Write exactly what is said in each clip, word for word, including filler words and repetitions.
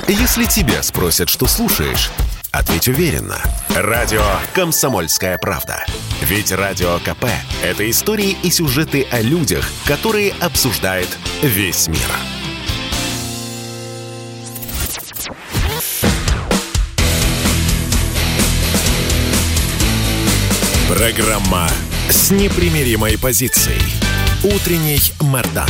Если тебя спросят, что слушаешь, ответь уверенно. Радио «Комсомольская правда». Ведь Радио КП – это истории и сюжеты о людях, которые обсуждает весь мир. Программа с непримиримой позицией. Утренний Мардан.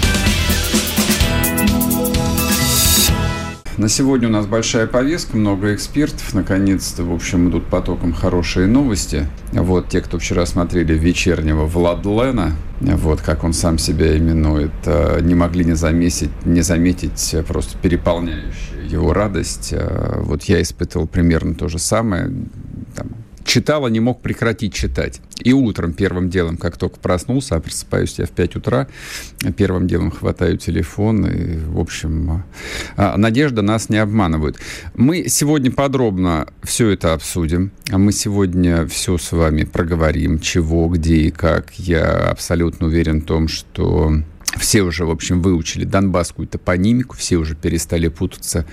На сегодня у нас большая повестка, много экспертов. Наконец-то, в общем, идут потоком хорошие новости. Вот те, кто вчера смотрели вечернего Владлена, вот как он сам себя именует, не могли не заметить, не заметить просто переполняющую его радость. Вот я испытывал примерно то же самое. Там, читал, а не мог прекратить читать. И утром первым делом, как только проснулся, а просыпаюсь я в пять утра, первым делом хватаю телефон. И, в общем, надежда нас не обманывает. Мы сегодня подробно все это обсудим. Мы сегодня все с вами проговорим, чего, где и как. Я абсолютно уверен в том, что все уже, в общем, выучили донбасскую топонимику, все уже перестали путаться,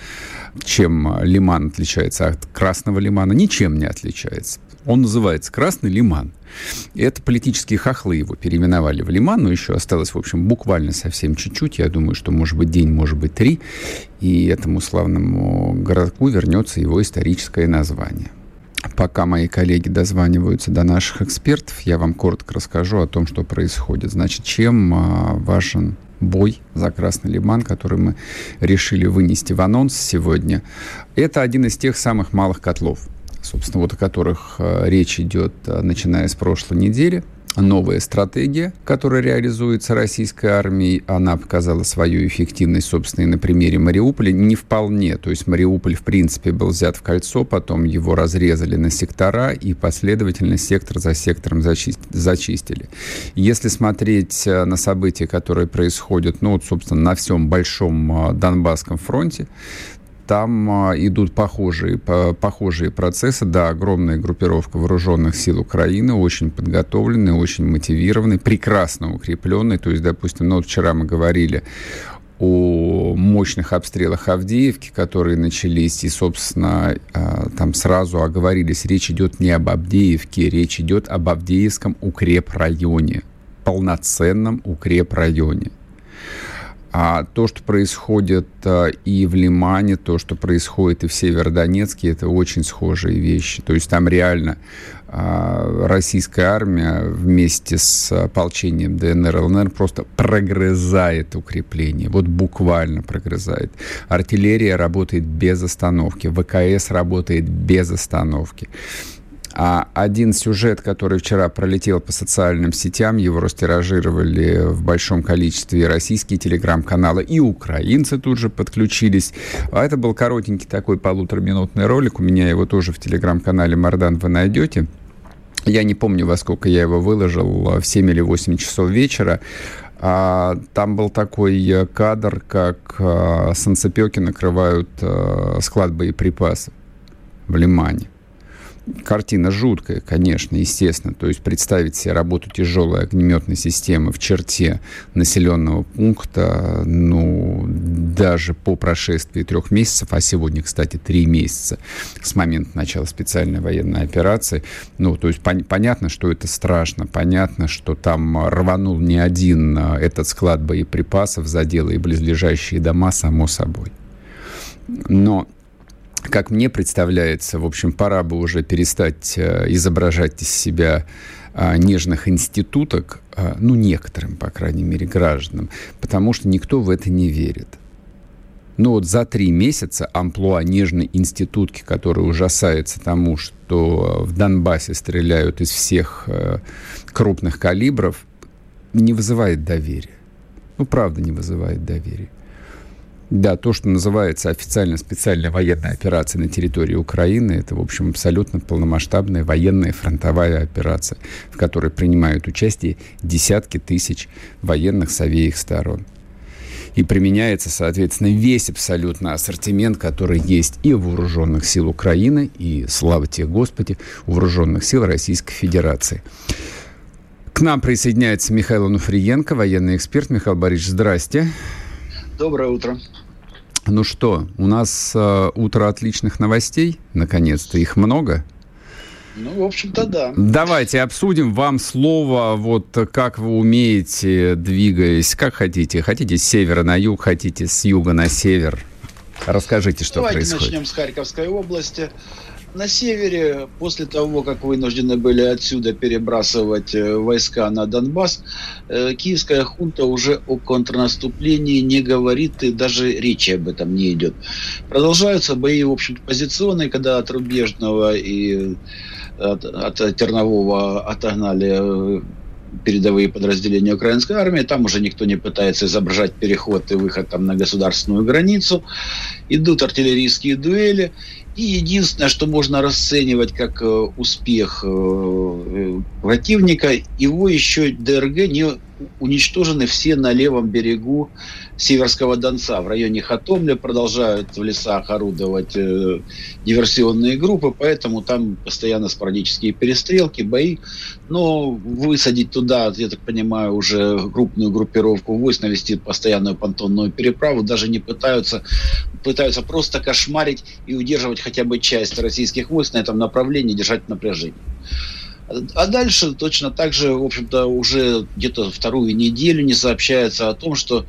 чем Лиман отличается от Красного Лимана. Ничем не отличается. Он называется Красный Лиман. И это политические хохлы его переименовали в Лиман, но еще осталось, в общем, буквально совсем чуть-чуть. Я думаю, что, может быть, день, может быть, три, и этому славному городку вернется его историческое название. Пока мои коллеги дозваниваются до наших экспертов, я вам коротко расскажу о том, что происходит. Значит, чем а, важен бой за Красный Лиман, который мы решили вынести в анонс сегодня. Это один из тех самых малых котлов, собственно, вот о которых а, речь идет, а, начиная с прошлой недели. Новая стратегия, которая реализуется российской армией, она показала свою эффективность, собственно, и на примере Мариуполя. Не вполне. То есть Мариуполь, в принципе, был взят в кольцо, потом его разрезали на сектора и последовательно сектор за сектором зачистили. Если смотреть на события, которые происходят, ну, вот, собственно, на всем большом Донбасском фронте, там идут похожие, похожие процессы. Да, огромная группировка вооруженных сил Украины, очень подготовленная, очень мотивированная, прекрасно укрепленная. То есть, допустим, ну, вот вчера мы говорили о мощных обстрелах Авдеевки, которые начались, и, собственно, там сразу оговорились, речь идет не об Авдеевке, речь идет об Авдеевском укрепрайоне, полноценном укрепрайоне. А то, что происходит а, и в Лимане, то, что происходит и в Северодонецке, это очень схожие вещи. То есть там реально а, российская армия вместе с ополчением ДНР, ЛНР просто прогрызает укрепление. Вот буквально прогрызает. Артиллерия работает без остановки. ВКС работает без остановки. А один сюжет, который вчера пролетел по социальным сетям, его растиражировали в большом количестве и российские телеграм-каналы, и украинцы тут же подключились. А это был коротенький такой полутораминутный ролик. У меня его тоже в телеграм-канале Мардан вы найдете. Я не помню, во сколько я его выложил, в семь или восемь часов вечера. А там был такой кадр, как санцепёки накрывают склад боеприпасов в Лимане. Картина жуткая, конечно, естественно. То есть представить себе работу тяжелой огнеметной системы в черте населенного пункта, ну, даже по прошествии трех месяцев, а сегодня, кстати, три месяца с момента начала специальной военной операции, ну, то есть пон- понятно, что это страшно, понятно, что там рванул не один этот склад боеприпасов, задел и близлежащие дома, само собой. Но как мне представляется, в общем, пора бы уже перестать э, изображать из себя э, нежных институток, э, ну, некоторым, по крайней мере, гражданам, потому что никто в это не верит. Ну, вот за три месяца амплуа нежной институтки, которая ужасается тому, что в Донбассе стреляют из всех э, крупных калибров, не вызывает доверия. Ну, правда, не вызывает доверия. Да, то, что называется официально специальная военная операция на территории Украины, это, в общем, абсолютно полномасштабная военная фронтовая операция, в которой принимают участие десятки тысяч военных с обеих сторон. И применяется, соответственно, весь абсолютно ассортимент, который есть и у вооруженных сил Украины, и, слава тебе, Господи, у вооруженных сил Российской Федерации. К нам присоединяется Михаил Онуфриенко, военный эксперт. Михаил Борисович, здрасте. Доброе утро. Ну что, у нас э, утро отличных новостей, наконец-то, их много? Ну, в общем-то, да. Давайте обсудим. Вам слово, вот как вы умеете, двигаясь, как хотите. Хотите с севера на юг, хотите с юга на север. Расскажите, что Давайте происходит. Давайте начнем с Харьковской области. На севере, после того, как вынуждены были отсюда перебрасывать войска на Донбасс, киевская хунта уже о контрнаступлении не говорит, и даже речи об этом не идет. Продолжаются бои, в общем-то, позиционные, когда от Рубежного и от, от Тернового отогнали передовые подразделения украинской армии. Там уже никто не пытается изображать переход и выход там на государственную границу. Идут артиллерийские дуэли. И единственное, что можно расценивать как э, успех э, противника, его еще ДРГ не уничтожены все на левом берегу Северского Донца. В районе Хатомля продолжают в лесах орудовать э, диверсионные группы, поэтому там постоянно спорадические перестрелки, бои. Но высадить туда, я так понимаю, уже крупную группировку войск, навести постоянную понтонную переправу даже не пытаются. Пытаются просто кошмарить и удерживать хотя бы часть российских войск на этом направлении, держать напряжение. А дальше точно так же, в общем-то, уже где-то вторую неделю не сообщается о том, что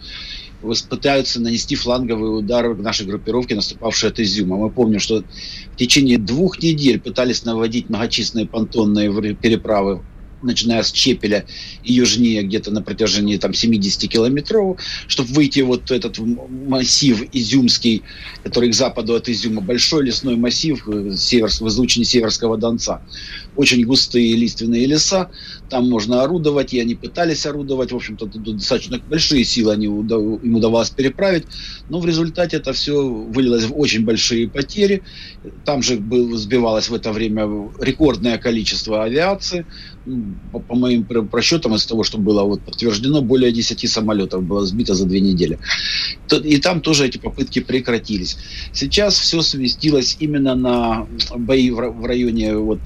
пытаются нанести фланговый удар нашей группировки, наступавшей от Изюма. Мы помним, что в течение двух недель пытались наводить многочисленные понтонные переправы, начиная с Чепеля и южнее, где-то на протяжении там, семьдесят километров, чтобы выйти вот этот массив изюмский, который к западу от Изюма, большой лесной массив север, в излучине Северского Донца. Очень густые лиственные леса, там можно орудовать, и они пытались орудовать, в общем-то, достаточно большие силы они, им удавалось переправить, но в результате это все вылилось в очень большие потери. Там же был, сбивалось в это время рекордное количество авиации. По, по моим просчетам, из того, что было вот подтверждено, более десяти самолетов было сбито за две недели. И там тоже эти попытки прекратились. Сейчас все сместилось именно на бои в районе вот,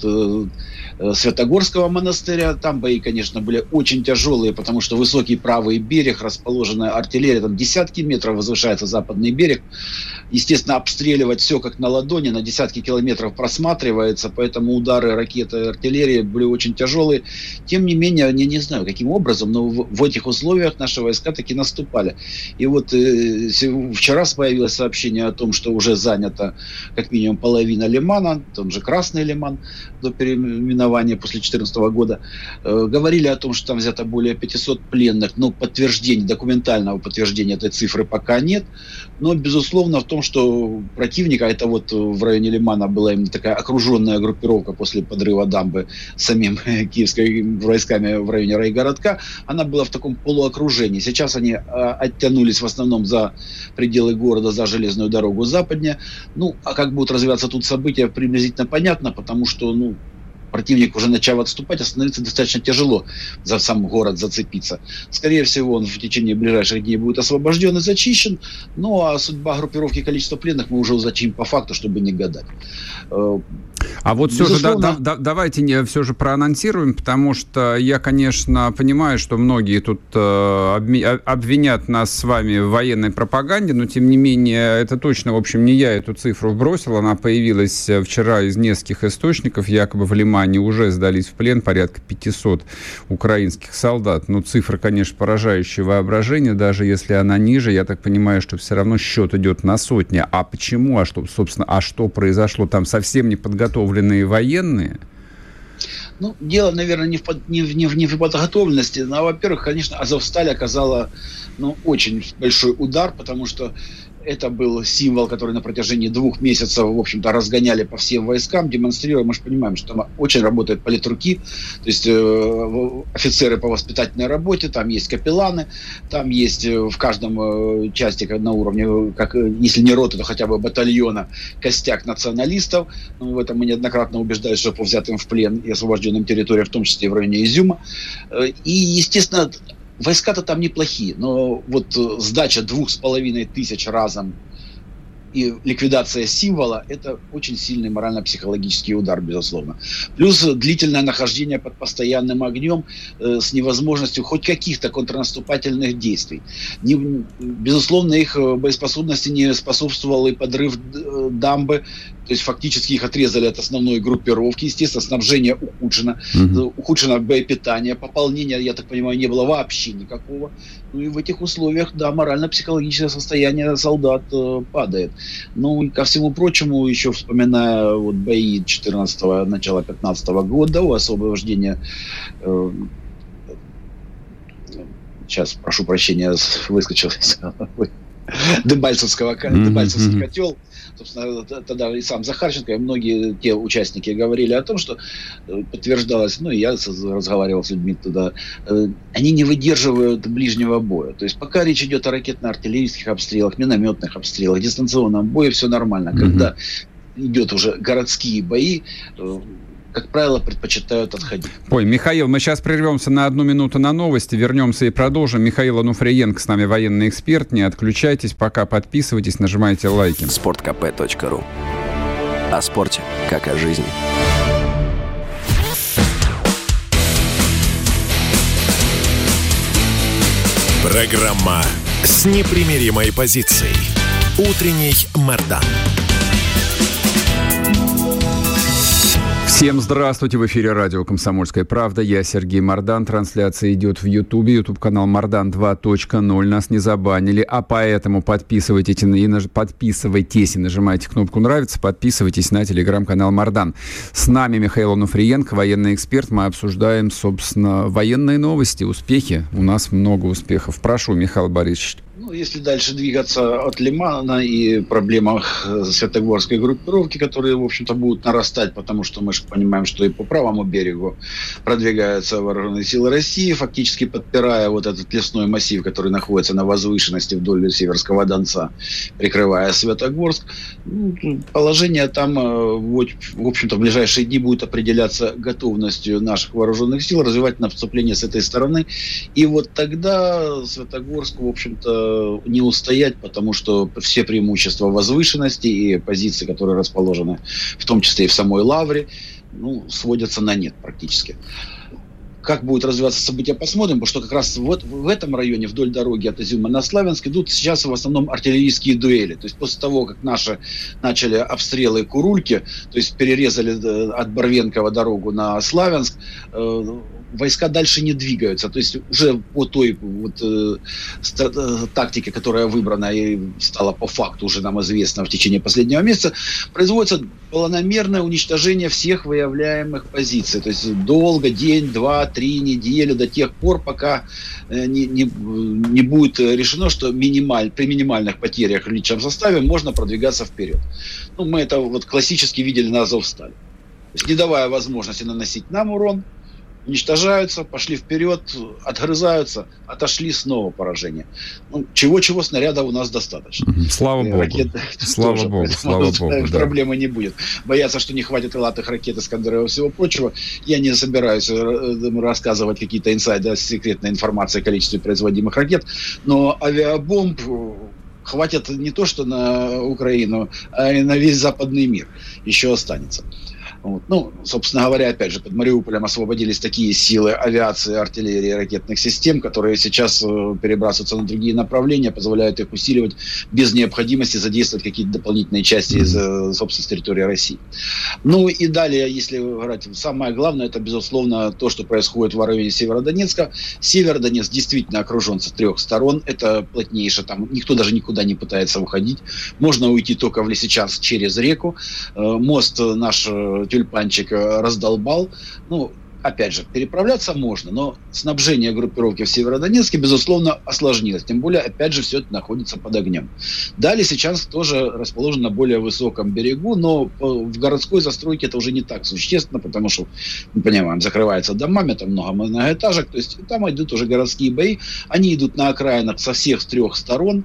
Святогорского монастыря. Там бои, конечно, были очень тяжелые, потому что высокий правый берег, расположенная артиллерия, там десятки метров возвышается западный берег. Естественно, обстреливать все как на ладони, на десятки километров просматривается, поэтому удары ракеты и артиллерии были очень тяжелые. Тем не менее, я не знаю, каким образом, но в, в этих условиях наши войска таки наступали. И вот э, вчера появилось сообщение о том, что уже занята как минимум половина Лимана, там же Красный Лиман до переименования после две тысячи четырнадцатого года. Э, говорили о том, что там взято более пятисот пленных, но подтверждения, документального подтверждения этой цифры пока нет. Но, безусловно, в том, что противника, это вот в районе Лимана была именно такая окруженная группировка после подрыва дамбы самим киевскими войсками в районе райгородка, она была в таком полуокружении. Сейчас они а, оттянулись в основном за пределы города, за железную дорогу западнее. Ну, а как будут развиваться тут события, приблизительно понятно, потому что, ну, противник, уже начав отступать, остановиться достаточно тяжело за сам город зацепиться. Скорее всего, он в течение ближайших дней будет освобожден и зачищен. Ну, а судьба группировки и количество пленных мы уже узначим по факту, чтобы не гадать. А вот все Безусловно... же да, да, давайте не, все же проанонсируем, потому что я, конечно, понимаю, что многие тут э, обвинят нас с вами в военной пропаганде, но, тем не менее, это точно, в общем, не я эту цифру бросил, она появилась вчера из нескольких источников, якобы в Лимане уже сдались в плен порядка пятисот украинских солдат. Ну, цифра, конечно, поражающая воображение, даже если она ниже, я так понимаю, что все равно счет идет на сотни. А почему? А что, собственно, а что произошло? Там совсем не подготовленные военные? Ну, дело, наверное, не в, не, в, не, в, не в подготовленности. Но, во-первых, конечно, Азовсталь оказала ну, очень большой удар, потому что это был символ, который на протяжении двух месяцев, в общем-то, разгоняли по всем войскам, демонстрируя, мы же понимаем, что там очень работают политруки, то есть э, офицеры по воспитательной работе, там есть капелланы, там есть в каждом э, части на уровне, как, если не роты, то хотя бы батальона, костяк националистов. Ну, в этом мы неоднократно убеждались, что по взятым в плен и освобожденным территориям, в том числе и в районе Изюма. И, естественно, войска-то там неплохие, но вот сдача двух с половиной тысяч разом и ликвидация символа – это очень сильный морально-психологический удар, безусловно. Плюс длительное нахождение под постоянным огнем э, с невозможностью хоть каких-то контрнаступательных действий. Не, безусловно, их боеспособности не способствовал и подрыв дамбы, то есть фактически их отрезали от основной группировки. Естественно, снабжение ухудшено, mm-hmm. ухудшено боепитание, пополнения, я так понимаю, не было вообще никакого. Ну и в этих условиях, да, морально-психологическое состояние солдат э, падает. Ну и ко всему прочему, еще вспоминая вот бои четырнадцатого, начала пятнадцатого года, у освобождения, э, сейчас, прошу прощения, выскочил из головы, Дебальцевского, mm-hmm. Дебальцевский котел. Собственно, тогда и сам Захарченко, и многие те участники говорили о том, что подтверждалось, ну и я разговаривал с людьми туда, они не выдерживают ближнего боя. То есть пока речь идет о ракетно-артиллерийских обстрелах, минометных обстрелах, дистанционном бое, все нормально. Mm-hmm. Когда идет уже городские бои, как правило, предпочитают отходить. Ой, Михаил, мы сейчас прервемся на одну минуту на новости, вернемся и продолжим. Михаил Онуфриенко с нами, военный эксперт. Не отключайтесь, пока подписывайтесь, нажимайте лайки. спорт кей пи точка ру. О спорте, как о жизни. Программа с непримиримой позицией. Утренний Мардан. Всем здравствуйте, в эфире радио «Комсомольская правда». Я Сергей Мардан. Трансляция идет в Ютубе. Ютуб-канал Мардан два точка ноль. Нас не забанили, а поэтому подписывайтесь и, наж... подписывайтесь и нажимайте кнопку «Нравится». Подписывайтесь на телеграм-канал Мардан. С нами Михаил Онуфриенко, военный эксперт. Мы обсуждаем, собственно, военные новости, успехи. У нас много успехов. Прошу, Михаил Борисович. Ну, если дальше двигаться от Лимана и проблемах Святогорской группировки, которые, в общем-то, будут нарастать, потому что мы же понимаем, что и по правому берегу продвигаются вооруженные силы России, фактически подпирая вот этот лесной массив, который находится на возвышенности вдоль Северского Донца, прикрывая Святогорск. Ну, положение там, в общем-то, в ближайшие дни будет определяться готовностью наших вооруженных сил развивать наступление с этой стороны. И вот тогда Святогорску, в общем-то, не устоять, потому что все преимущества возвышенности и позиции, которые расположены, в том числе и в самой Лавре, ну, сводятся на нет практически. Как будут развиваться события, посмотрим, потому что как раз вот в этом районе, вдоль дороги от Изюма на Славянск, идут сейчас в основном артиллерийские дуэли. То есть после того, как наши начали обстрелы Курульки, то есть перерезали от Барвенкова дорогу на Славянск, войска дальше не двигаются. То есть уже по той вот, э, ст- тактике, которая выбрана и стала по факту уже нам известна в течение последнего месяца, производится планомерное уничтожение всех выявляемых позиций. То есть долго, день, два, три недели, до тех пор, пока э, не, не, не будет решено, что минималь, при минимальных потерях в личном составе можно продвигаться вперед. Ну, мы это вот классически видели на Азовстале. То есть не давая возможности наносить нам урон, уничтожаются, пошли вперед, отгрызаются, отошли, снова поражение. Ну, чего-чего снаряда у нас достаточно. Слава Богу. Ракеты слава тоже, Богу, слава Богу. Проблемы да. не будет. Боятся, что не хватит крылатых ракет, Искандеров и всего прочего. Я не собираюсь рассказывать какие-то инсайды, секретной информации о количестве производимых ракет, но авиабомб хватит не то, что на Украину, а и на весь западный мир еще останется. Вот. Ну, собственно говоря, опять же, под Мариуполем освободились такие силы авиации, артиллерии, ракетных систем, которые сейчас э, перебрасываются на другие направления, позволяют их усиливать без необходимости задействовать какие-то дополнительные части из, э, собственно, с территории России. Ну и далее, если говорить, самое главное, это, безусловно, то, что происходит в районе Северодонецка. Северодонецк действительно окружен с трех сторон. Это плотнейше, там никто даже никуда не пытается уходить. Можно уйти только в Лисичанск через реку. Э, мост наш Тюльпанчик раздолбал. Ну, опять же, переправляться можно, но снабжение группировки в Северодонецке, безусловно, осложнилось. Тем более, опять же, все это находится под огнем. Да, Лисичанск тоже расположен на более высоком берегу, но в городской застройке это уже не так существенно, потому что, мы понимаем, закрывается домами, там много многоэтажек, то есть там идут уже городские бои. Они идут на окраинах со всех трех сторон.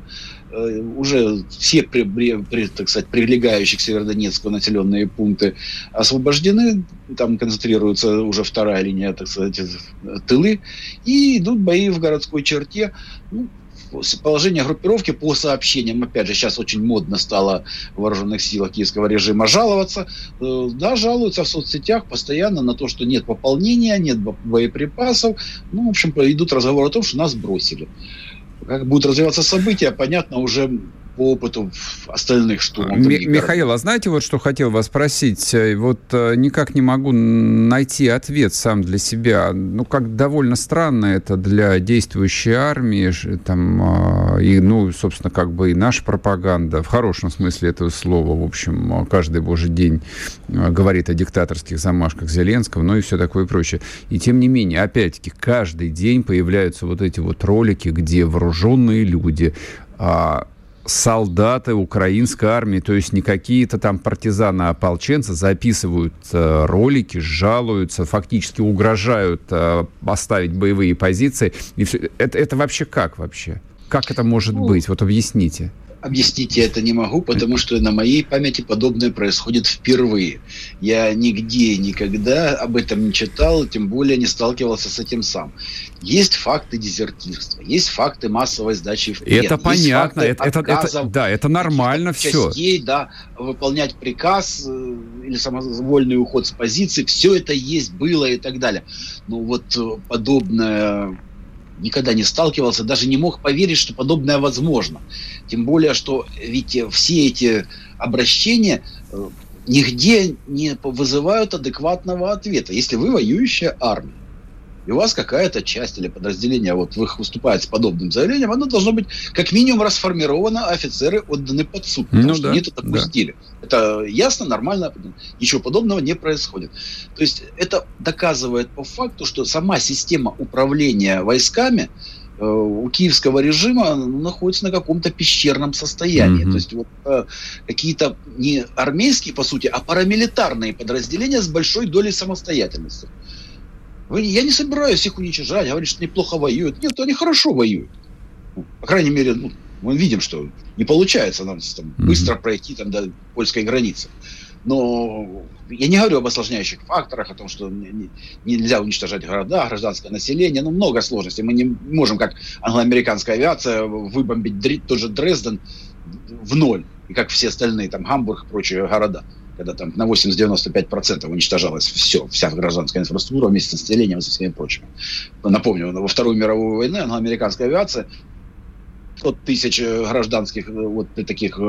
Уже все, при, при, так сказать, прилегающие к Северодонецку населенные пункты освобождены, там концентрируется уже вторая линия, так сказать, тылы, и идут бои в городской черте. Ну, положение группировки по сообщениям, опять же, сейчас очень модно стало в вооруженных силах киевского режима жаловаться, да, жалуются в соцсетях постоянно на то, что нет пополнения, нет боеприпасов, ну, в общем, идут разговоры о том, что нас бросили. Как будут развиваться события, понятно уже по опыту остальных штурмов. М- Михаил, а знаете, вот что хотел вас спросить? Вот никак не могу найти ответ сам для себя. Ну, как довольно странно это для действующей армии, там, и, ну, собственно, как бы и наша пропаганда, в хорошем смысле этого слова, в общем, каждый божий день говорит о диктаторских замашках Зеленского, ну и все такое прочее. И тем не менее, опять-таки, каждый день появляются вот эти вот ролики, где вооруженные люди, а, солдаты украинской армии, то есть не какие-то там партизаны-ополченцы, записывают э, ролики, жалуются, фактически угрожают э, оставить боевые позиции. И все. Это, это вообще как вообще? Как это может ну, быть? Вот объясните. Объяснить я это не могу, потому что на моей памяти подобное происходит впервые. Я нигде никогда об этом не читал, тем более не сталкивался с этим сам. Есть факты дезертирства, есть факты массовой сдачи в плен. Это понятно, это, это, это, да, это нормально все. Частей, да, выполнять приказ э, или самовольный уход с позиции, все это есть, было и так далее. Но вот подобное... Никогда не сталкивался, даже не мог поверить, что подобное возможно. Тем более, что ведь все эти обращения нигде не вызывают адекватного ответа. Если вы воюющая армия, и у вас какая-то часть или подразделение вот выступает с подобным заявлением, оно должно быть как минимум расформировано, а офицеры отданы под суд, потому ну, что да, они это допустили. Да. Это ясно, нормально, ничего подобного не происходит. То есть это доказывает по факту, что сама система управления войсками э, у киевского режима находится на каком-то пещерном состоянии. Mm-hmm. То есть вот э, какие-то не армейские, по сути, а парамилитарные подразделения с большой долей самостоятельности. Я не собираюсь их уничтожать, говорить, что неплохо воюют. Нет, они хорошо воюют. Ну, по крайней мере, ну, мы видим, что не получается нам там, mm-hmm. быстро пройти там, до польской границы. Но я не говорю об осложняющих факторах, о том, что не, не, нельзя уничтожать города, гражданское население. Ну, много сложностей. Мы не можем, как англо-американская авиация, выбомбить тот же Дрезден в ноль. И как все остальные, там, Гамбург и прочие города. Когда там на восемьдесят-девяносто пять процентов уничтожалось все, вся гражданская инфраструктура вместе с населением и со всеми прочими. Напомню, во Вторую мировую войну англо-американская авиация сто тысяч гражданских вот таких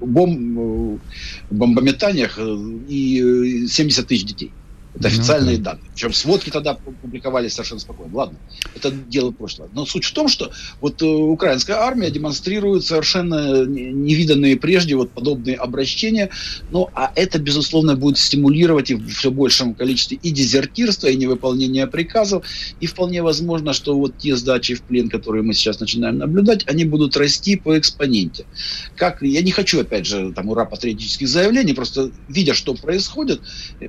бомб, бомбометаниях и семьдесят тысяч детей. Это официальные mm-hmm. данные. Причем сводки тогда публиковались совершенно спокойно. Ладно, это дело прошлого. Но суть в том, что вот украинская армия демонстрирует совершенно невиданные прежде вот подобные обращения. Ну, а это, безусловно, будет стимулировать и в все большем количестве и дезертирство, и невыполнение приказов. И вполне возможно, что вот те сдачи в плен, которые мы сейчас начинаем наблюдать, они будут расти по экспоненте. Как, я не хочу, опять же, там, ура-патриотических заявлений, просто видя, что происходит,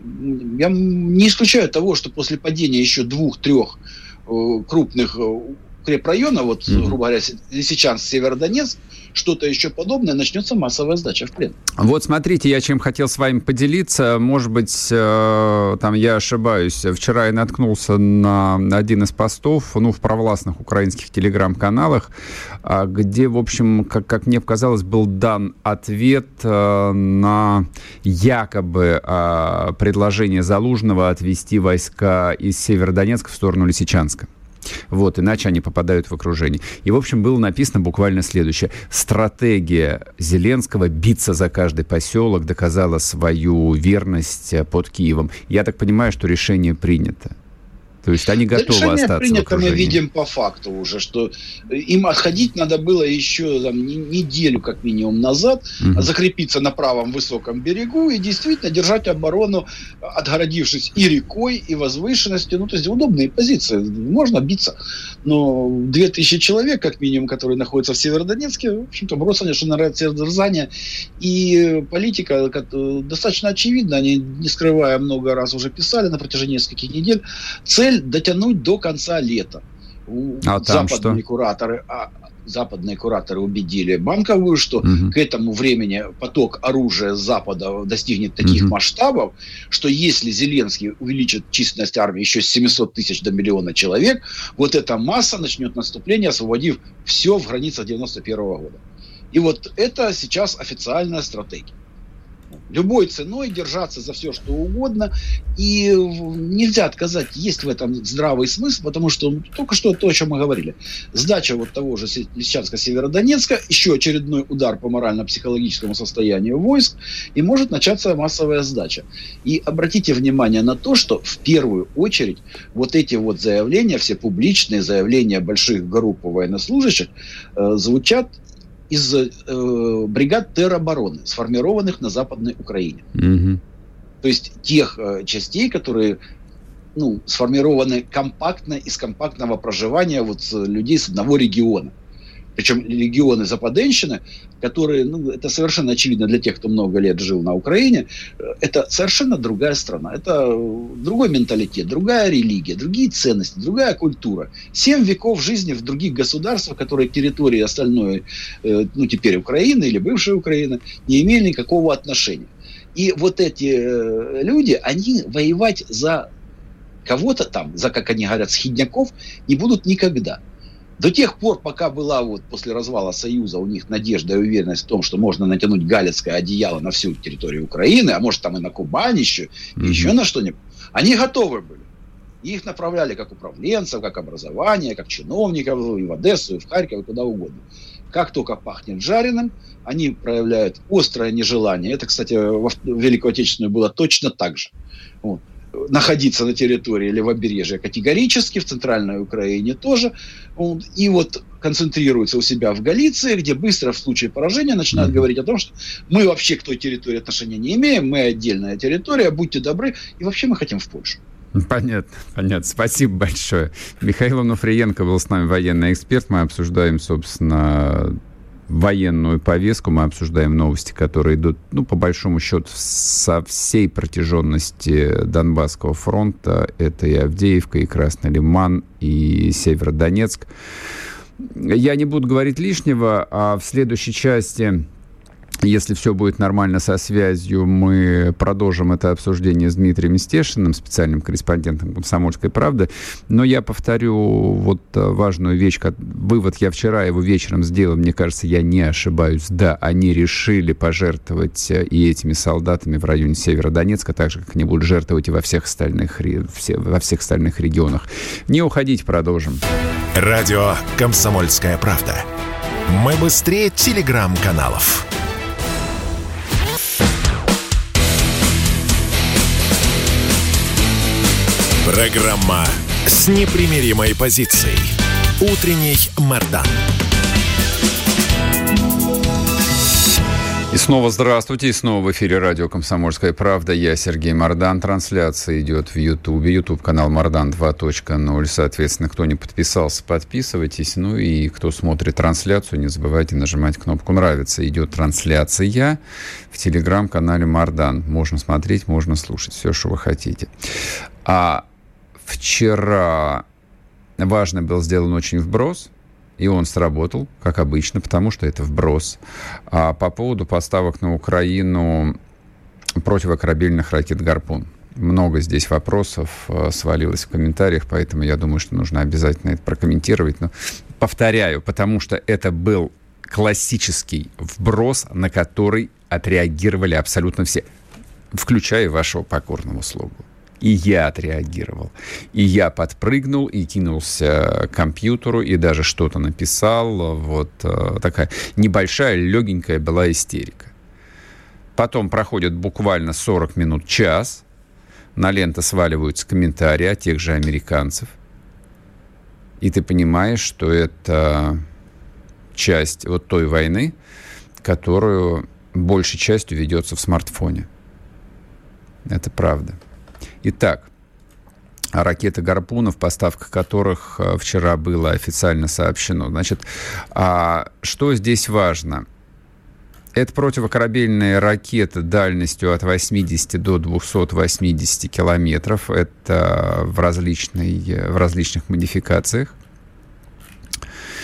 я не исключаю того, что после падения еще двух-трех э, крупных э, укрепрайонов, вот, mm-hmm. грубо говоря, Лисичанск, Северодонецк, что-то еще подобное, начнется массовая сдача в плен. Вот смотрите, я чем хотел с вами поделиться. Может быть, э, там я ошибаюсь. Вчера я наткнулся на один из постов, ну, в провластных украинских телеграм-каналах, э, где, в общем, как, как мне показалось, был дан ответ э, на якобы э, предложение Залужного отвести войска из Северодонецка в сторону Лисичанска. Вот, иначе они попадают в окружение. И, в общем, было написано буквально следующее. Стратегия Зеленского биться за каждый поселок доказала свою верность под Киевом. Я так понимаю, что решение принято. То есть они готовы да, остаться принято, в окружении. Мы видим по факту уже, что им отходить надо было еще там, неделю как минимум назад, угу. закрепиться на правом высоком берегу и действительно держать оборону, отгородившись и рекой, и возвышенностью. Ну, то есть удобные позиции. Можно биться. Но две тысячи человек, как минимум, которые находятся в Северодонецке, в общем-то, бросание, что нравится терзание. И политика достаточно очевидна. Они, не скрывая, много раз уже писали на протяжении нескольких недель. Цель дотянуть до конца лета. А Западные что? кураторы. А западные кураторы убедили Банковую, что угу. к этому времени поток оружия с Запада достигнет таких угу. масштабов, что если Зеленский увеличит численность армии еще с семисот тысяч до миллиона человек, вот эта масса начнет наступление, освободив все в границах девяносто первого года. И вот это сейчас официальная стратегия. Любой ценой держаться за все, что угодно. И нельзя отказать, есть в этом здравый смысл, потому что только что то, о чем мы говорили. Сдача вот того же Лисичанска-Северодонецка, еще очередной удар по морально-психологическому состоянию войск, и может начаться массовая сдача. И обратите внимание на то, что в первую очередь вот эти вот заявления, все публичные заявления больших групп военнослужащих э, звучат из э, бригад теробороны, сформированных на Западной Украине. Mm-hmm. То есть тех э, частей, которые ну, сформированы компактно, из компактного проживания вот, с, людей с одного региона. Причем регионы Западенщины, которые, ну, это совершенно очевидно для тех, кто много лет жил на Украине, это совершенно другая страна. Это другой менталитет, другая религия, другие ценности, другая культура. Семь веков жизни в других государствах, которые к территории остальной, ну, теперь Украины или бывшей Украины, не имели никакого отношения. И вот эти люди, они воевать за кого-то там, за, как они говорят, схидняков, не будут никогда. До тех пор, пока была вот после развала Союза у них надежда и уверенность в том, что можно натянуть галицкое одеяло на всю территорию Украины, а может там и на Кубань еще, mm-hmm. и еще на что-нибудь, они готовы были. Их направляли как управленцев, как образование, как чиновников и в Одессу, и в Харьков, и куда угодно. Как только пахнет жареным, они проявляют острое нежелание. Это, кстати, в Великую Отечественную было точно так же. Вот. Находиться на территории левобережья категорически, в центральной Украине тоже. И вот концентрируются у себя в Галиции, где быстро в случае поражения начинают mm-hmm. говорить о том, что мы вообще к той территории отношения не имеем, мы отдельная территория, будьте добры, и вообще мы хотим в Польшу. Понятно, понятно. Спасибо большое. Михаил Онуфриенко был с нами, военный эксперт. Мы обсуждаем, собственно, военную повестку, мы обсуждаем новости, которые идут, ну, по большому счету, со всей протяженности Донбасского фронта. Это и Авдеевка, и Красный Лиман, и Северодонецк. Я не буду говорить лишнего, а в следующей части, если все будет нормально со связью, мы продолжим это обсуждение с Дмитрием Стешиным, специальным корреспондентом «Комсомольской правды». Но я повторю вот важную вещь. Вывод я вчера его вечером сделал. Мне кажется, я не ошибаюсь. Да, они решили пожертвовать и этими солдатами в районе Северодонецка, так же, как они будут жертвовать и во всех остальных, во всех остальных регионах. Не уходите, продолжим. Радио «Комсомольская правда». Мы быстрее телеграм-каналов. Программа с непримиримой позицией. Утренний Мардан. И снова здравствуйте, и снова в эфире радио «Комсомольская правда». Я Сергей Мардан. Трансляция идет в Ютубе. Ютуб-канал Мардан два точка ноль. Соответственно, кто не подписался, подписывайтесь. Ну и кто смотрит трансляцию, не забывайте нажимать кнопку «Нравится». Идет трансляция в телеграм-канале Мардан. Можно смотреть, можно слушать. Все, что вы хотите. А вчера важно был сделан очень вброс. И он сработал, как обычно, потому что это вброс. А по поводу поставок на Украину противокорабельных ракет «Гарпун». Много здесь вопросов свалилось в комментариях, поэтому я думаю, что нужно обязательно это прокомментировать. Но повторяю, потому что это был классический вброс, на который отреагировали абсолютно все, включая вашего покорного слугу. И я отреагировал. И я подпрыгнул и кинулся к компьютеру, и даже что-то написал. Вот такая небольшая, легенькая была истерика. Потом проходит буквально сорок минут, час. На ленту сваливаются комментарии от тех же американцев. И ты понимаешь, что это часть вот той войны, которую большей частью ведется в смартфоне. Это правда. Итак, ракеты «Гарпунов», поставка которых вчера было официально сообщено. Значит, а что здесь важно? Это противокорабельные ракеты дальностью от восьмидесяти до двухсот восьмидесяти километров. Это в, различной, в различных модификациях.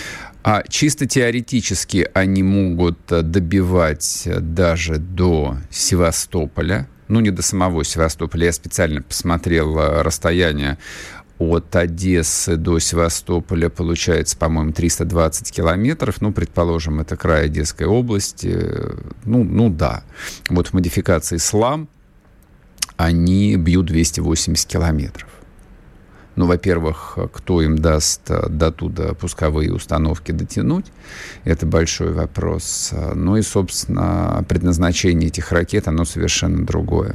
А чисто теоретически они могут добивать даже до Севастополя. Ну, не до самого Севастополя. Я специально посмотрел расстояние от Одессы до Севастополя. Получается, по-моему, триста двадцать километров. Ну, предположим, это край Одесской области. Ну, ну да. Вот в модификации «Слам» они бьют двести восемьдесят километров. Ну, во-первых, кто им даст до туда пусковые установки дотянуть, это большой вопрос. Ну и, собственно, предназначение этих ракет, оно совершенно другое.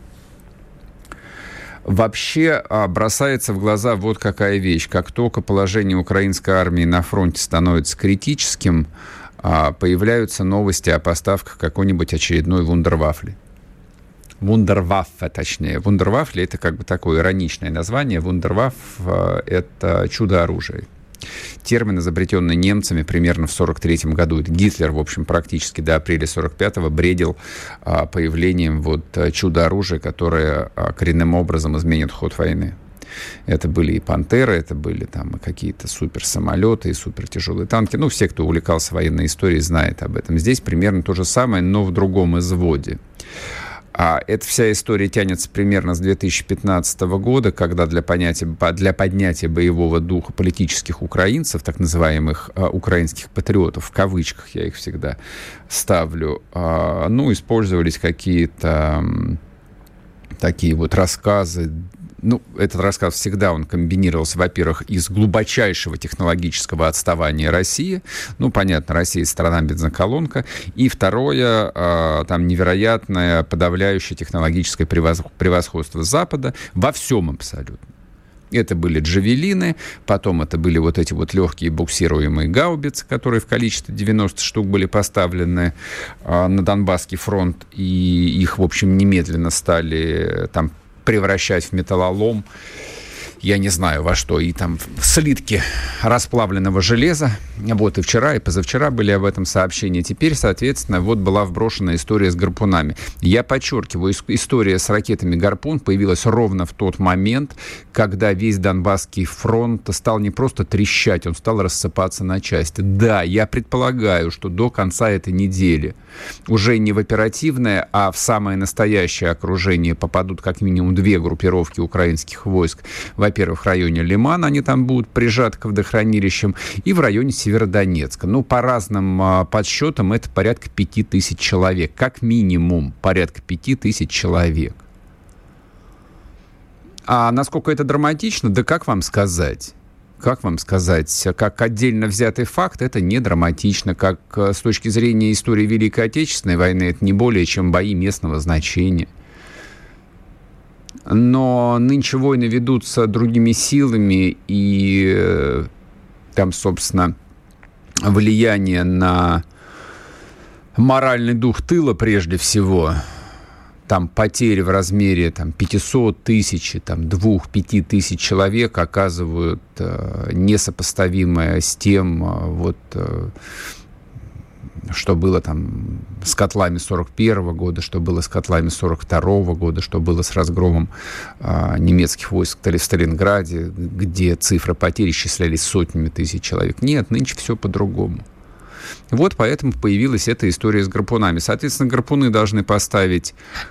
Вообще бросается в глаза вот какая вещь. Как только положение украинской армии на фронте становится критическим, появляются новости о поставках какой-нибудь очередной вундервафли. Вундерваффе, точнее. Вундервафли — это как бы такое ироничное название. Вундервафф — это чудо-оружие. Термин, изобретенный немцами примерно в сорок третьем году. Гитлер, в общем, практически до апреля сорок пятого бредил а, появлением вот чудо-оружия, которое а, коренным образом изменит ход войны. Это были и «Пантеры», это были там и какие-то суперсамолеты, и супертяжелые танки. Ну, все, кто увлекался военной историей, знает об этом. Здесь примерно то же самое, но в другом изводе. А эта вся история тянется примерно с две тысячи пятнадцатого года, когда для, понятия, для поднятия боевого духа политических украинцев, так называемых а, украинских патриотов, в кавычках я их всегда ставлю, а, ну, использовались какие-то м, такие вот рассказы. Ну, этот рассказ всегда он комбинировался, во-первых, из глубочайшего технологического отставания России. Ну, понятно, Россия страна-бензоколонка. И второе, э, там невероятное подавляющее технологическое превосходство Запада во всем абсолютно. Это были джавелины, потом это были вот эти вот легкие буксируемые гаубицы, которые в количестве девяносто штук были поставлены э, на Донбасский фронт, и их, в общем, немедленно стали там превращать в металлолом, я не знаю во что, и там слитки расплавленного железа. Вот и вчера, и позавчера были об этом сообщения. Теперь, соответственно, вот была вброшена история с гарпунами. Я подчеркиваю, история с ракетами «Гарпун» появилась ровно в тот момент, когда весь Донбасский фронт стал не просто трещать, он стал рассыпаться на части. Да, я предполагаю, что до конца этой недели уже не в оперативное, а в самое настоящее окружение попадут как минимум две группировки украинских войск. Во-первых, в районе Лимана, они там будут прижаты к водохранилищам, и в районе Северодонецка. Ну, по разным а, подсчетам, это порядка пяти тысяч человек. Как минимум порядка пяти тысяч человек. А насколько это драматично, да как вам сказать? Как вам сказать, как отдельно взятый факт, это не драматично. Как с точки зрения истории Великой Отечественной войны, это не более чем бои местного значения. Но нынче войны ведутся другими силами, и там, собственно, влияние на моральный дух тыла прежде всего. Там потери в размере там, пятьсот тысяч, там, два-пять тысяч человек оказывают э, несопоставимое с тем, э, вот, э, что было там с котлами сорок первого года, что было с котлами сорок второго года, что было с разгромом э, немецких войск в Сталинграде, где цифры потерь исчислялись сотнями тысяч человек. Нет, нынче все по-другому. Вот поэтому появилась эта история с гарпунами. Соответственно, гарпуны должны поставить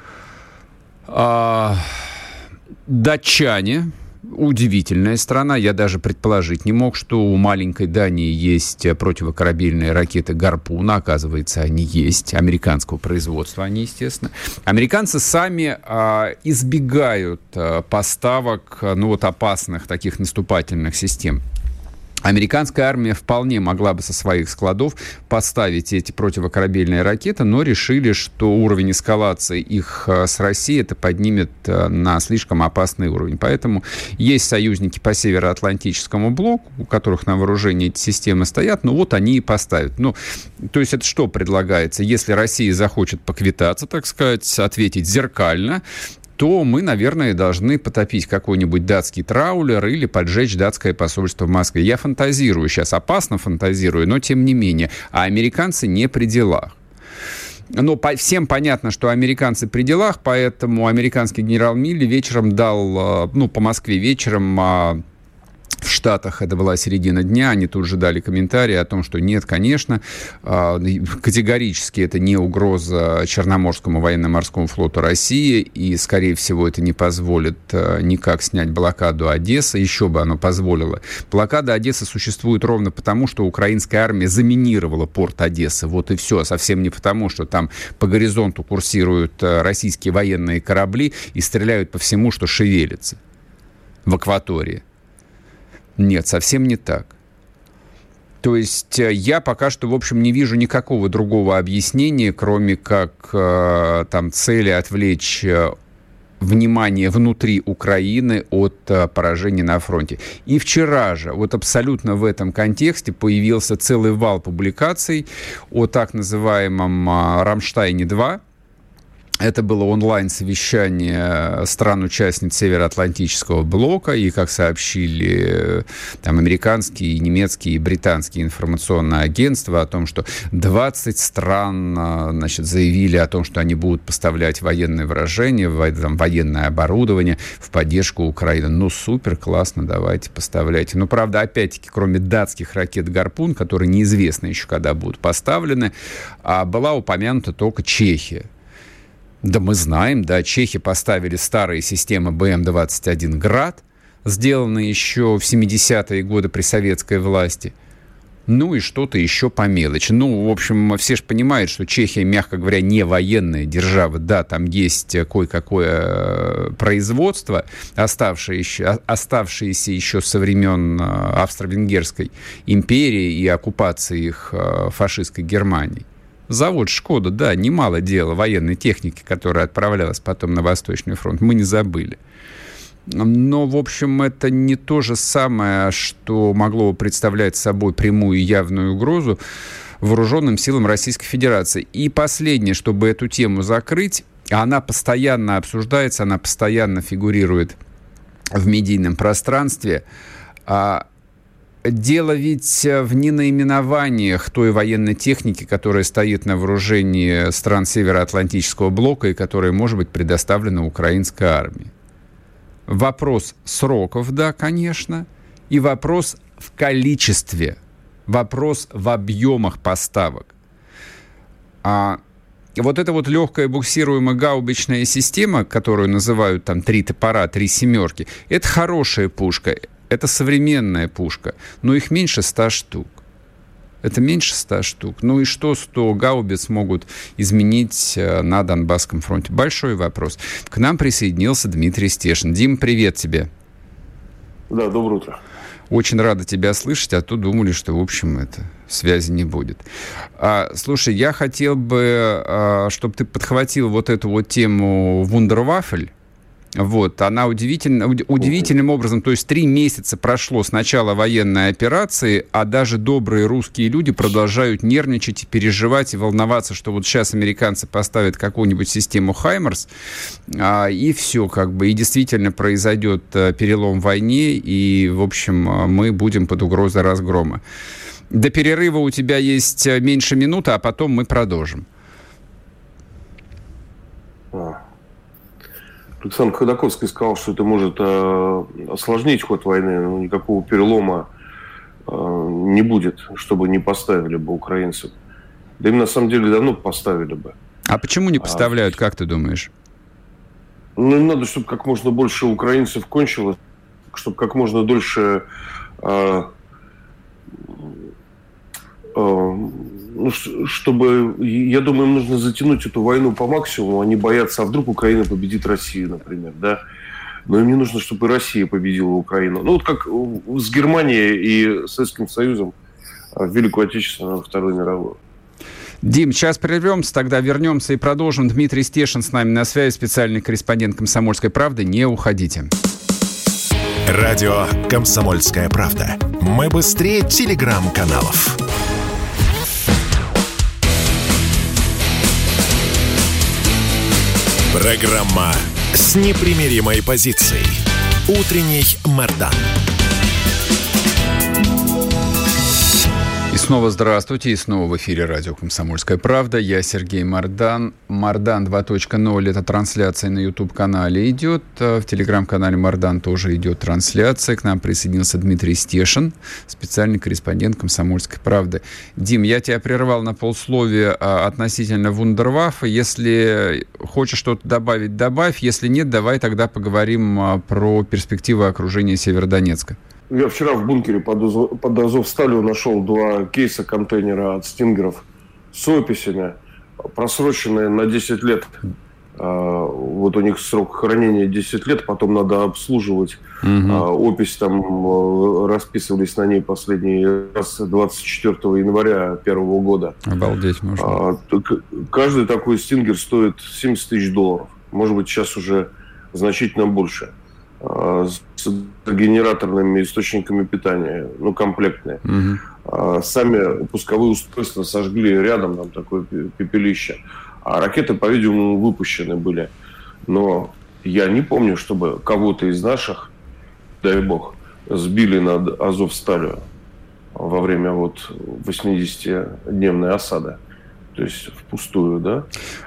а, датчане. Удивительная страна. Я даже предположить не мог, что у маленькой Дании есть противокорабельные ракеты «Гарпун». Оказывается, они есть. Американского производства они, естественно. Американцы сами а, избегают а, поставок ну, вот, опасных таких наступательных систем. Американская армия вполне могла бы со своих складов поставить эти противокорабельные ракеты, но решили, что уровень эскалации их с Россией это поднимет на слишком опасный уровень. Поэтому есть союзники по Североатлантическому блоку, у которых на вооружении эти системы стоят, ну вот они и поставят. Ну, то есть это что предлагается? Если Россия захочет поквитаться, так сказать, ответить зеркально, то мы, наверное, должны потопить какой-нибудь датский траулер или поджечь датское посольство в Москве. Я фантазирую сейчас, опасно фантазирую, но тем не менее. А американцы не при делах. Но по, всем понятно, что американцы при делах, поэтому американский генерал Милли вечером дал, ну, по Москве вечером В Штатах это была середина дня, они тут же дали комментарии о том, что нет, конечно, категорически это не угроза Черноморскому военно-морскому флоту России, и, скорее всего, это не позволит никак снять блокаду Одессы, еще бы оно позволило. Блокада Одессы существует ровно потому, что украинская армия заминировала порт Одессы, вот и все, совсем не потому, что там по горизонту курсируют российские военные корабли и стреляют по всему, что шевелится в акватории. Нет, совсем не так. То есть я пока что, в общем, не вижу никакого другого объяснения, кроме как э, там цели отвлечь э, внимание внутри Украины от э, поражения на фронте. И вчера же, вот абсолютно в этом контексте появился целый вал публикаций о так называемом э, «Рамштайне-два». Это было онлайн-совещание стран-участниц Североатлантического блока, и, как сообщили там, американские, немецкие и британские информационные агентства о том, что двадцать стран, значит, заявили о том, что они будут поставлять военные выражения, там, военное оборудование в поддержку Украины. Ну, супер, классно, давайте, поставляйте. Но, правда, опять-таки, кроме датских ракет «Гарпун», которые неизвестно еще когда будут поставлены, была упомянута только Чехия. Да мы знаем, да, чехи поставили старые системы бэ эм двадцать один «Град», сделанные еще в семидесятые годы при советской власти. Ну и что-то еще по мелочи. Ну, в общем, все же понимают, что Чехия, мягко говоря, не военная держава. Да, там есть кое-какое производство, оставшееся, оставшееся еще со времен Австро-Венгерской империи и оккупации их фашистской Германией. Завод «Шкода», да, немало дела военной техники, которая отправлялась потом на Восточный фронт, мы не забыли. Но, в общем, это не то же самое, что могло бы представлять собой прямую и явную угрозу вооруженным силам Российской Федерации. И последнее, чтобы эту тему закрыть, она постоянно обсуждается, она постоянно фигурирует в медийном пространстве. Дело ведь в ненаименованиях той военной техники, которая стоит на вооружении стран Североатлантического блока и которая может быть предоставлена украинской армии. Вопрос сроков, да, конечно, и вопрос в количестве, вопрос в объемах поставок. А вот эта вот легкая буксируемая гаубичная система, которую называют там три топора, три семерки, это хорошая пушка. Это современная пушка, но их меньше ста штук. Это меньше ста штук. Ну и что сто гаубиц могут изменить на Донбасском фронте? Большой вопрос. К нам присоединился Дмитрий Стешин. Дим, привет тебе. Да, доброе утро. Очень рада тебя слышать, а то думали, что, в общем, это связи не будет. А, слушай, я хотел бы, а, чтобы ты подхватил вот эту вот тему вундервафель. Вот, она удивительно, удивительным образом, то есть три месяца прошло с начала военной операции, а даже добрые русские люди продолжают нервничать и переживать, и волноваться, что вот сейчас американцы поставят какую-нибудь систему «Хаймерс», а, и все, как бы, и действительно произойдет а, перелом в войне, и, в общем, а, мы будем под угрозой разгрома. До перерыва у тебя есть меньше минуты, а потом мы продолжим. Александр Ходаковский сказал, что это может э, осложнить ход войны, но никакого перелома э, не будет, чтобы не поставили бы украинцев. Да им на самом деле давно поставили бы. А почему не поставляют, а, как ты думаешь? Ну, им надо, чтобы как можно больше украинцев кончилось, чтобы как можно дольше... Э, э, ну, чтобы, я думаю, им нужно затянуть эту войну по максимуму. Они боятся, а вдруг Украина победит Россию, например, да? Но им не нужно, чтобы и Россия победила Украину. Ну, вот как с Германией и Советским Союзом в Великую Отечественную, Вторую мировую. Дим, сейчас прервемся, тогда вернемся и продолжим. Дмитрий Стешин с нами на связи, специальный корреспондент «Комсомольской правды». Не уходите. Радио «Комсомольская правда». Мы быстрее телеграм-каналов. Программа с непримиримой позицией. Утренний Мордан. И Снова здравствуйте, и снова в эфире радио «Комсомольская правда». Я Сергей Мордан. Мордан два точка ноль. Это трансляция на YouTube-канале идет. В телеграм-канале Мордан тоже идет трансляция. К нам присоединился Дмитрий Стешин, специальный корреспондент «Комсомольской правды». Дим, я тебя прервал на полсловия относительно вундерваффе. Если хочешь что-то добавить, добавь. Если нет, давай тогда поговорим про перспективы окружения Северодонецка. Я вчера в бункере под, под Азовсталью нашел два кейса контейнера от стингеров с описями, просроченные на десять лет. Вот у них срок хранения десять лет, потом надо обслуживать. Угу. Опись там расписывались на ней последний раз двадцать четвёртого января первого года. Обалдеть можно. Каждый такой стингер стоит семьдесят тысяч долларов. Может быть, сейчас уже значительно больше. С генераторными источниками питания, ну, комплектные. Угу. Сами пусковые устройства сожгли рядом, там такое пепелище. А ракеты, по-видимому, выпущены были. Но я не помню, чтобы кого-то из наших, дай бог, сбили над Азовсталью во время вот восьмидесятидневной осады. То есть впустую, да,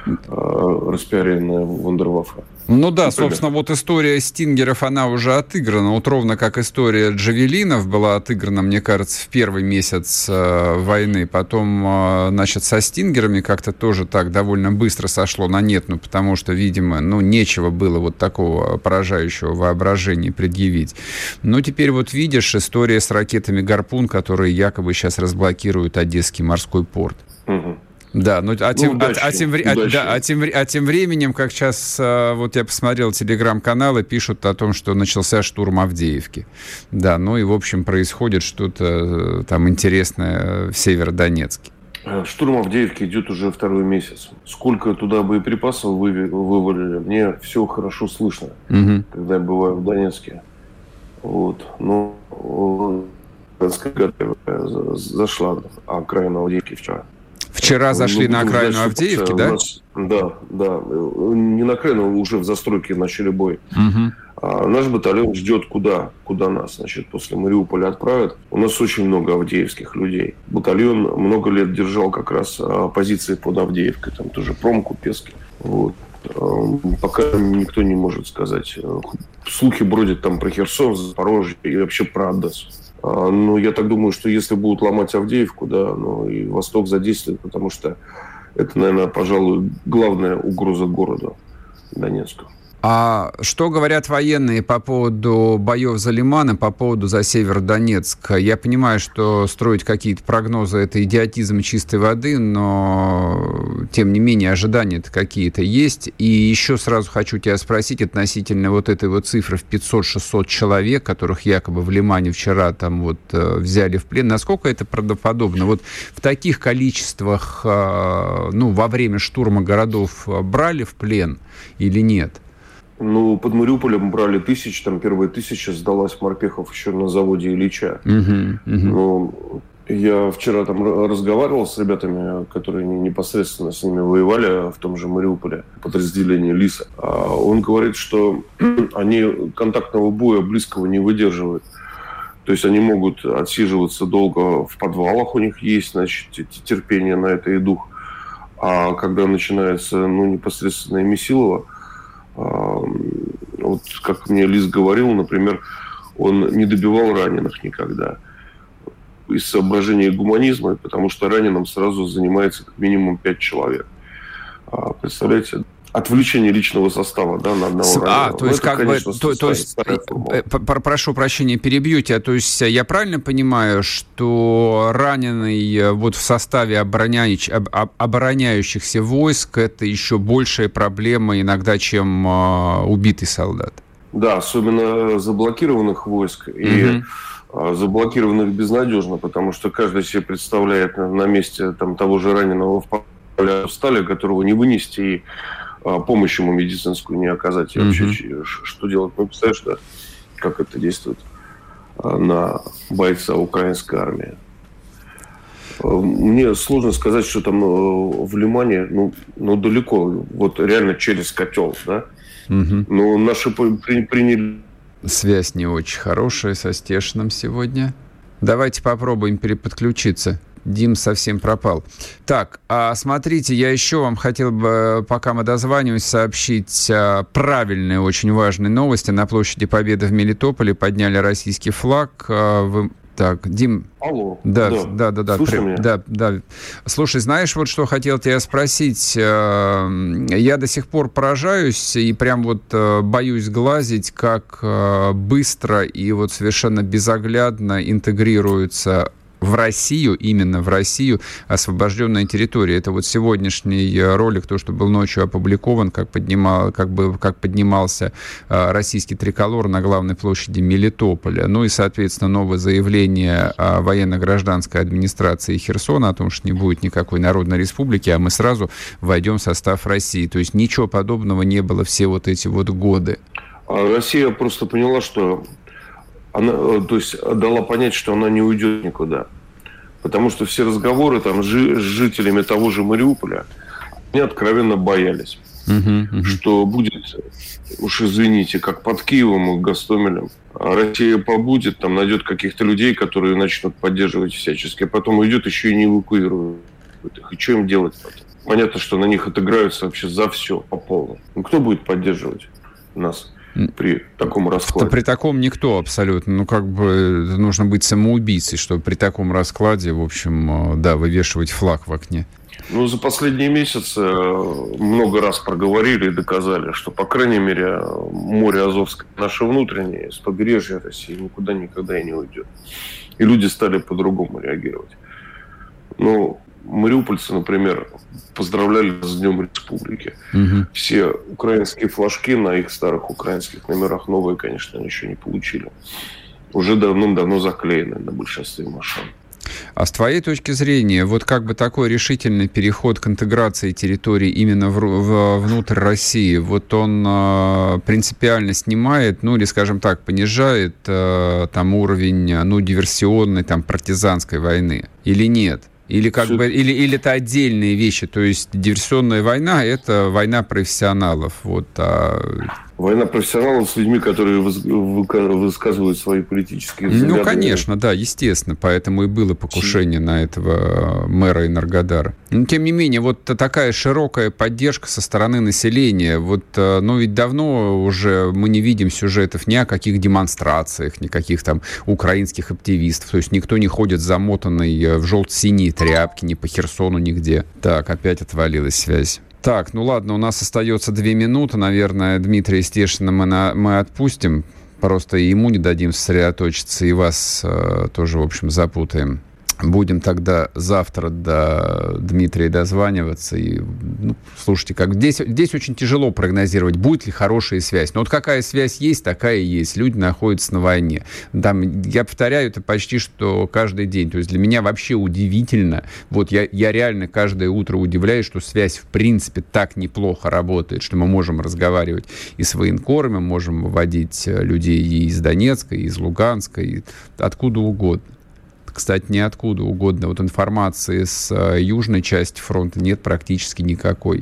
распиаренная вундерваффе. Ну да, собственно, вот история стингеров, она уже отыграна. Вот ровно как история джавелинов была отыграна, мне кажется, в первый месяц э, войны. Потом, э, значит, со стингерами как-то тоже так довольно быстро сошло на нет, ну, потому что, видимо, ну, нечего было вот такого поражающего воображения предъявить. Но теперь вот видишь, история с ракетами «Гарпун», которые якобы сейчас разблокируют Одесский морской порт. Угу. Да, ну, а, тем, ну, удачи, а, а, тем, а, да, а, тем, а тем временем, как сейчас, вот я посмотрел телеграм-каналы, пишут о том, что начался штурм Авдеевки. Да, ну и, в общем, происходит что-то там интересное в Северодонецке. Штурм Авдеевки идет уже второй месяц. Сколько туда боеприпасов вы, вывалили, мне все хорошо слышно, угу. когда я бываю в Донецке. Вот, ну, зашла окраина Авдеевки вчера. Вчера зашли на окраину Авдеевки, да? Нас, да, да. Не на окраину, уже в застройке начали бой. Угу. А наш батальон ждет куда? Куда нас, значит, после Мариуполя отправят. У нас очень много авдеевских людей. Батальон много лет держал как раз позиции под Авдеевкой. Там тоже промку, Пески. Вот. Пока никто не может сказать. Слухи бродят там про Херсон, Запорожье и вообще про Одессу. Ну, я так думаю, что если будут ломать Авдеевку, да, ну и Восток задействует, потому что это, наверное, пожалуй, главная угроза города Донецку. А что говорят военные по поводу боев за Лиман и по поводу за Северодонецк? Я понимаю, что строить какие-то прогнозы – это идиотизм чистой воды, но, тем не менее, ожидания-то какие-то есть. И еще сразу хочу тебя спросить относительно вот этой вот цифры в пятьсот-шестьсот человек, которых якобы в Лимане вчера там вот взяли в плен. Насколько это правдоподобно? Вот в таких количествах, ну, во время штурма городов брали в плен или нет? Ну, под Мариуполем брали тысяч, там первая тысяча сдалась морпехов еще на заводе Ильича. Uh-huh, uh-huh. Ну, я вчера там разговаривал с ребятами, которые непосредственно с ними воевали в том же Мариуполе, подразделении ЛИСа. А он говорит, что они контактного боя близкого не выдерживают. То есть они могут отсиживаться долго в подвалах, у них есть, значит, терпение на это и дух. А когда начинается, ну, непосредственно Месилово, вот как мне Лис говорил, например, он не добивал раненых никогда из соображения гуманизма, потому что раненым сразу занимается как минимум пять человек. Представляете? Отвлечение личного состава, да, на одного раненого. А, то есть, ну, это, как конечно, бы, то, то есть, прошу прощения, перебью тебя, то есть, я правильно понимаю, что раненый вот в составе обороняющих, обороняющихся войск это еще большая проблема иногда, чем uh, убитый солдат? Да, особенно заблокированных войск и угу. заблокированных безнадежно, потому что каждый себе представляет на месте там, того же раненого в стали, которого не вынести и помощь ему медицинскую не оказать. И вообще, mm-hmm. что делать? Ну, представляешь, да, как это действует на бойца украинской армии. Мне сложно сказать, что там в Лимане, ну, ну далеко, вот реально через котел, да. Mm-hmm. Но наши приняли... Связь не очень хорошая со Стешиным сегодня. Давайте попробуем переподключиться. Дим совсем пропал. Так, а смотрите, я еще вам хотел бы, пока мы дозваниваемся, сообщить а, правильные, очень важные новости. На площади Победы в Мелитополе подняли российский флаг. А, вы... Так, Дим. Алло. Да, да, да, да. Да, Слушай при... меня? да, да. Слушай, знаешь, вот что хотел тебя спросить. Я до сих пор поражаюсь и прям вот боюсь глазить, как быстро и вот совершенно безоглядно интегрируются в Россию, именно в Россию, освобожденная территория. Это вот сегодняшний ролик, то, что был ночью опубликован, как, поднимал, как, бы, как поднимался а, российский триколор на главной площади Мелитополя. Ну и, соответственно, новое заявление а, военно-гражданской администрации Херсона о том, что не будет никакой народной республики, а мы сразу войдем в состав России. То есть ничего подобного не было все вот эти вот годы. Россия просто поняла, что она, то есть дала понять, что она не уйдет никуда. Потому что все разговоры там с жителями того же Мариуполя, они откровенно боялись, uh-huh, uh-huh. что будет, уж извините, как под Киевом и Гостомелем. А Россия побудет, там найдет каких-то людей, которые начнут поддерживать всячески, а потом уйдет, еще и не эвакуирует их. И что им делать потом? Понятно, что на них отыграются вообще за все по полной. Ну, кто будет поддерживать нас при таком раскладе? При таком никто абсолютно. Ну, как бы нужно быть самоубийцей, чтобы при таком раскладе, в общем, да, вывешивать флаг в окне. Ну, за последние месяцы много раз проговорили и доказали, что, по крайней мере, море Азовское, наше внутреннее, с побережья России, никуда никогда и не уйдет. И люди стали по-другому реагировать. Ну, мариупольцы, например, поздравляли с Днем Республики. Угу. Все украинские флажки на их старых украинских номерах, новые, конечно, они еще не получили. Уже давным-давно заклеены на большинстве машин. А с твоей точки зрения, вот как бы такой решительный переход к интеграции территорий именно в, в, внутрь России, вот он э, принципиально снимает, ну или, скажем так, понижает э, там уровень, ну, диверсионной, там, партизанской войны или нет? Или, как бы, или, или это отдельные вещи, то есть диверсионная война – это война профессионалов. Вот, а... Война профессионалов с людьми, которые высказывают свои политические взгляды. Ну, конечно, да, естественно, поэтому и было покушение на этого мэра Энергодара. Но, тем не менее, вот такая широкая поддержка со стороны населения, вот, ну, ведь давно уже мы не видим сюжетов ни о каких демонстрациях, никаких там украинских активистов, то есть никто не ходит замотанный в желто-синие тряпки ни по Херсону, нигде. Так, опять отвалилась связь. Так, ну ладно, у нас остается две минуты, наверное, Дмитрия Стешина мы, на, мы отпустим, просто и ему не дадим сосредоточиться, и вас э, тоже, в общем, запутаем. Будем тогда завтра до Дмитрия дозваниваться. И, ну, слушайте, как здесь, здесь очень тяжело прогнозировать, будет ли хорошая связь. Но вот какая связь есть, такая и есть. Люди находятся на войне. Там, я повторяю это почти что каждый день. То есть для меня вообще удивительно. Вот я, я реально каждое утро удивляюсь, что связь в принципе так неплохо работает, что мы можем разговаривать и с военкорами, можем выводить людей и из Донецка, и из Луганска, и откуда угодно. Кстати, ниоткуда угодно. Вот информации с южной части фронта нет практически никакой.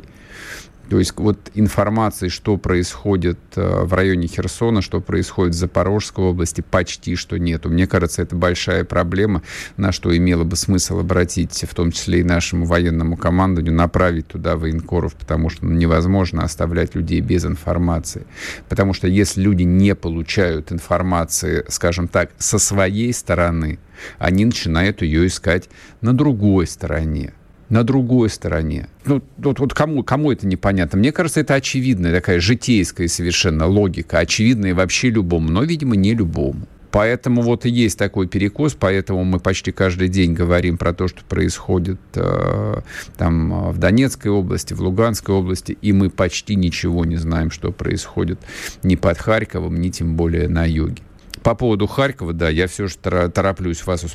То есть вот информации, что происходит в районе Херсона, что происходит в Запорожской области, почти что нету. Мне кажется, это большая проблема, на что имело бы смысл обратить, в том числе и нашему военному командованию, направить туда военкоров, потому что ну, невозможно оставлять людей без информации. Потому что если люди не получают информации, скажем так, со своей стороны, они начинают ее искать на другой стороне. На другой стороне. Ну, вот, вот кому, кому это непонятно? Мне кажется, это очевидная такая житейская совершенно логика, очевидная вообще любому, но, видимо, не любому. Поэтому вот и есть такой перекос, поэтому мы почти каждый день говорим про то, что происходит э, там в Донецкой области, в Луганской области, и мы почти ничего не знаем, что происходит ни под Харьковом, ни тем более на юге. По поводу Харькова, да, я все же тороплюсь вас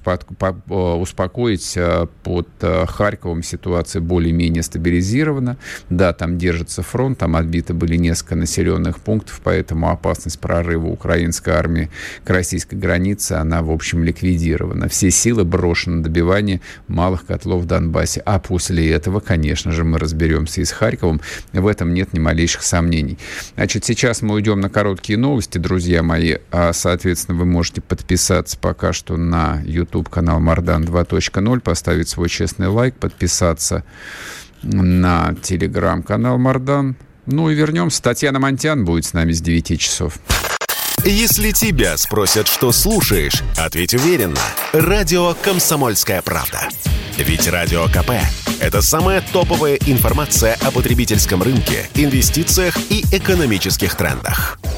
успокоить. Под Харьковом ситуация более-менее стабилизирована. Да, там держится фронт, там отбиты были несколько населенных пунктов, поэтому опасность прорыва украинской армии к российской границе, она, в общем, ликвидирована. Все силы брошены на добивание малых котлов в Донбассе. А после этого, конечно же, мы разберемся и с Харьковом. В этом нет ни малейших сомнений. Значит, сейчас мы уйдем на короткие новости, друзья мои, а, соответственно, соответственно, вы можете подписаться пока что на YouTube-канал Мардан два точка ноль, поставить свой честный лайк, подписаться на телеграм-канал Мардан. Ну и вернемся. Татьяна Монтян будет с нами с девяти часов. Если тебя спросят, что слушаешь, ответь уверенно. Радио «Комсомольская правда». Ведь Радио КП – это самая топовая информация о потребительском рынке, инвестициях и экономических трендах.